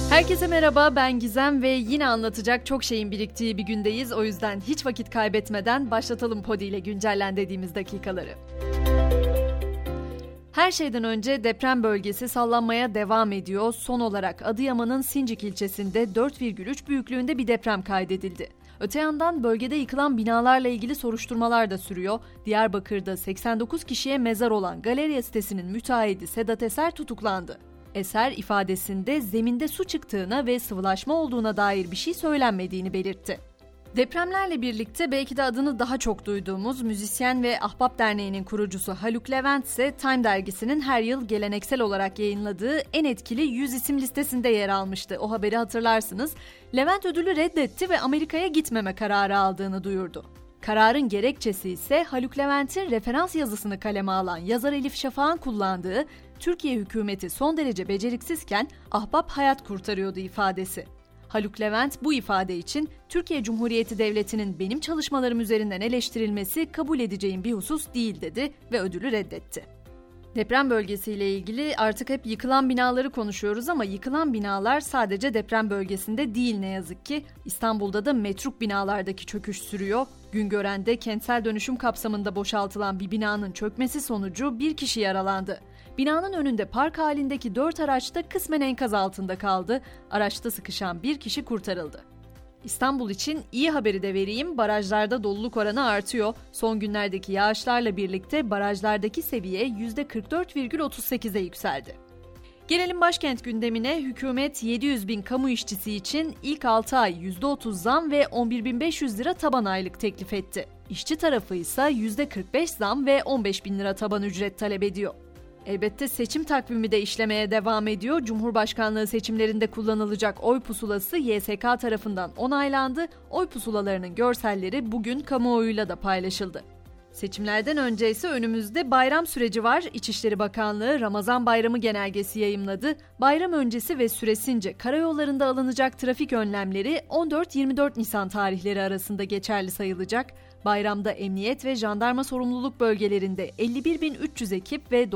Herkese merhaba, ben Gizem ve yine anlatacak çok şeyin biriktiği bir gündeyiz. O yüzden hiç vakit kaybetmeden başlatalım Podi ile güncellen dediğimiz dakikaları. Her şeyden önce deprem bölgesi sallanmaya devam ediyor. Son olarak Adıyaman'ın Sincik ilçesinde 4,3 büyüklüğünde bir deprem kaydedildi. Öte yandan bölgede yıkılan binalarla ilgili soruşturmalar da sürüyor. Diyarbakır'da 89 kişiye mezar olan Galerya sitesinin müteahhidi Sedat Eser tutuklandı. Eser ifadesinde zeminde su çıktığına ve sıvılaşma olduğuna dair bir şey söylenmediğini belirtti. Depremlerle birlikte belki de adını daha çok duyduğumuz müzisyen ve Ahbap Derneği'nin kurucusu Haluk Levent ise Time dergisinin her yıl geleneksel olarak yayınladığı en etkili 100 isim listesinde yer almıştı. O haberi hatırlarsınız. Levent ödülü reddetti ve Amerika'ya gitmeme kararı aldığını duyurdu. Kararın gerekçesi ise Haluk Levent'in referans yazısını kaleme alan yazar Elif Şafak'ın kullandığı "Türkiye hükümeti son derece beceriksizken Ahbap hayat kurtarıyordu" ifadesi. Haluk Levent bu ifade için Türkiye Cumhuriyeti Devleti'nin benim çalışmalarım üzerinden eleştirilmesi kabul edeceğim bir husus değil dedi ve ödülü reddetti. Deprem bölgesiyle ilgili artık hep yıkılan binaları konuşuyoruz ama yıkılan binalar sadece deprem bölgesinde değil ne yazık ki. İstanbul'da da metruk binalardaki çöküş sürüyor. Güngören'de kentsel dönüşüm kapsamında boşaltılan bir binanın çökmesi sonucu bir kişi yaralandı. Binanın önünde park halindeki 4 araç da kısmen enkaz altında kaldı. Araçta sıkışan bir kişi kurtarıldı. İstanbul için iyi haberi de vereyim, barajlarda doluluk oranı artıyor. Son günlerdeki yağışlarla birlikte barajlardaki seviye %44,38'e yükseldi. Gelelim başkent gündemine. Hükümet 700 bin kamu işçisi için ilk 6 ay %30 zam ve 11.500 lira taban aylık teklif etti. İşçi tarafı ise %45 zam ve 15 bin lira taban ücret talep ediyor. Elbette seçim takvimi de işlemeye devam ediyor. Cumhurbaşkanlığı seçimlerinde kullanılacak oy pusulası YSK tarafından onaylandı. Oy pusulalarının görselleri bugün kamuoyuyla da paylaşıldı. Seçimlerden önce ise önümüzde bayram süreci var. İçişleri Bakanlığı Ramazan Bayramı genelgesi yayımladı. Bayram öncesi ve süresince karayollarında alınacak trafik önlemleri 14-24 Nisan tarihleri arasında geçerli sayılacak. Bayramda emniyet ve jandarma sorumluluk bölgelerinde 51.300 ekip ve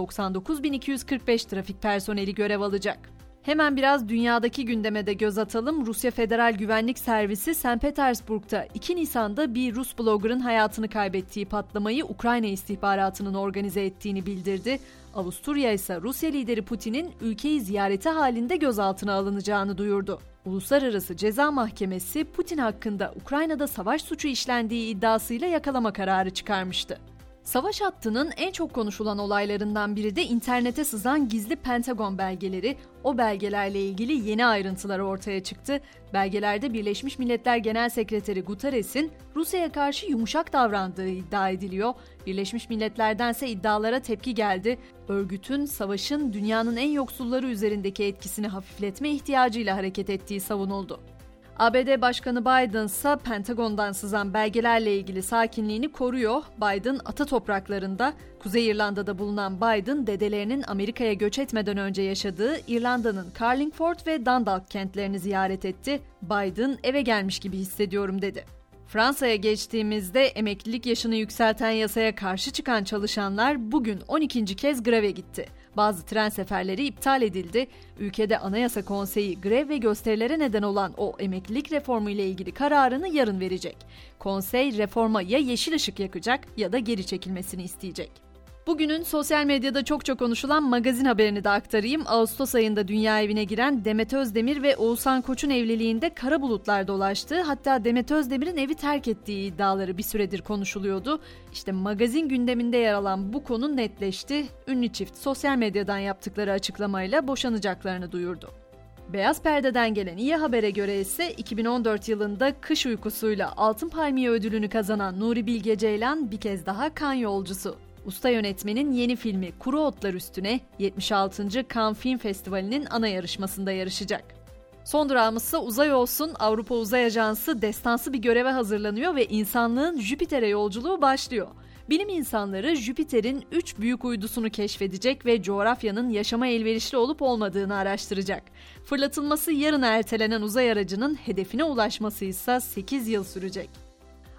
99.245 trafik personeli görev alacak. Hemen biraz dünyadaki gündeme de göz atalım. Rusya Federal Güvenlik Servisi St. Petersburg'da 2 Nisan'da bir Rus blogger'ın hayatını kaybettiği patlamayı Ukrayna istihbaratının organize ettiğini bildirdi. Avusturya ise Rusya lideri Putin'in ülkeyi ziyareti halinde gözaltına alınacağını duyurdu. Uluslararası Ceza Mahkemesi Putin hakkında Ukrayna'da savaş suçu işlendiği iddiasıyla yakalama kararı çıkarmıştı. Savaş hattının en çok konuşulan olaylarından biri de internete sızan gizli Pentagon belgeleri. O belgelerle ilgili yeni ayrıntılar ortaya çıktı. Belgelerde Birleşmiş Milletler Genel Sekreteri Guterres'in Rusya'ya karşı yumuşak davrandığı iddia ediliyor. Birleşmiş Milletler'dense iddialara tepki geldi. Örgütün savaşın dünyanın en yoksulları üzerindeki etkisini hafifletme ihtiyacıyla hareket ettiği savunuldu. ABD Başkanı Biden ise Pentagon'dan sızan belgelerle ilgili sakinliğini koruyor. Biden ata topraklarında, Kuzey İrlanda'da bulunan Biden, dedelerinin Amerika'ya göç etmeden önce yaşadığı İrlanda'nın Carlingford ve Dundalk kentlerini ziyaret etti. Biden eve gelmiş gibi hissediyorum dedi. Fransa'ya geçtiğimizde emeklilik yaşını yükselten yasaya karşı çıkan çalışanlar bugün 12. kez greve gitti. Bazı tren seferleri iptal edildi. Ülkede Anayasa Konseyi grev ve gösterilere neden olan o emeklilik reformu ile ilgili kararını yarın verecek. Konsey reforma ya yeşil ışık yakacak ya da geri çekilmesini isteyecek. Bugünün sosyal medyada çokça konuşulan magazin haberini de aktarayım. Ağustos ayında dünya evine giren Demet Özdemir ve Oğuzhan Koç'un evliliğinde kara bulutlar dolaştı. Hatta Demet Özdemir'in evi terk ettiği iddiaları bir süredir konuşuluyordu. İşte magazin gündeminde yer alan bu konu netleşti. Ünlü çift sosyal medyadan yaptıkları açıklamayla boşanacaklarını duyurdu. Beyaz Perde'den gelen iyi habere göre ise 2014 yılında Kış Uykusu'yla Altın Palmiye ödülünü kazanan Nuri Bilge Ceylan bir kez daha Cannes yolcusu. Usta yönetmenin yeni filmi Kuru Otlar Üstüne 76. Cannes Film Festivali'nin ana yarışmasında yarışacak. Son durağımızsa uzay olsun. Avrupa Uzay Ajansı destansı bir göreve hazırlanıyor ve insanlığın Jüpiter'e yolculuğu başlıyor. Bilim insanları Jüpiter'in 3 büyük uydusunu keşfedecek ve coğrafyanın yaşama elverişli olup olmadığını araştıracak. Fırlatılması yarın ertelenen uzay aracının hedefine ulaşması ise 8 yıl sürecek.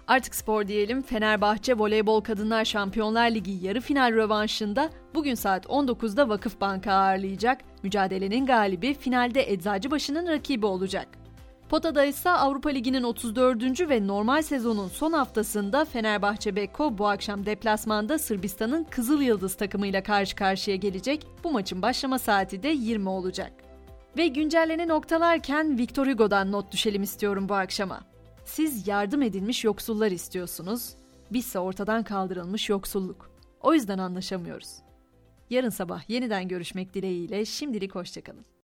Artık spor diyelim. Fenerbahçe Voleybol Kadınlar Şampiyonlar Ligi yarı final rövanşında bugün saat 19'da Vakıfbank'ı ağırlayacak. Mücadelenin galibi finalde Eczacıbaşı'nın rakibi olacak. Potada ise Avrupa Ligi'nin 34. ve normal sezonun son haftasında Fenerbahçe Beko bu akşam deplasmanda Sırbistan'ın Kızıl Yıldız takımıyla karşı karşıya gelecek. Bu maçın başlama saati de 20 olacak. Ve güncelleni noktalarken Victor Hugo'dan not düşelim istiyorum bu akşama. Siz yardım edilmiş yoksullar istiyorsunuz, bizse ortadan kaldırılmış yoksulluk. O yüzden anlaşamıyoruz. Yarın sabah yeniden görüşmek dileğiyle şimdilik hoşça kalın.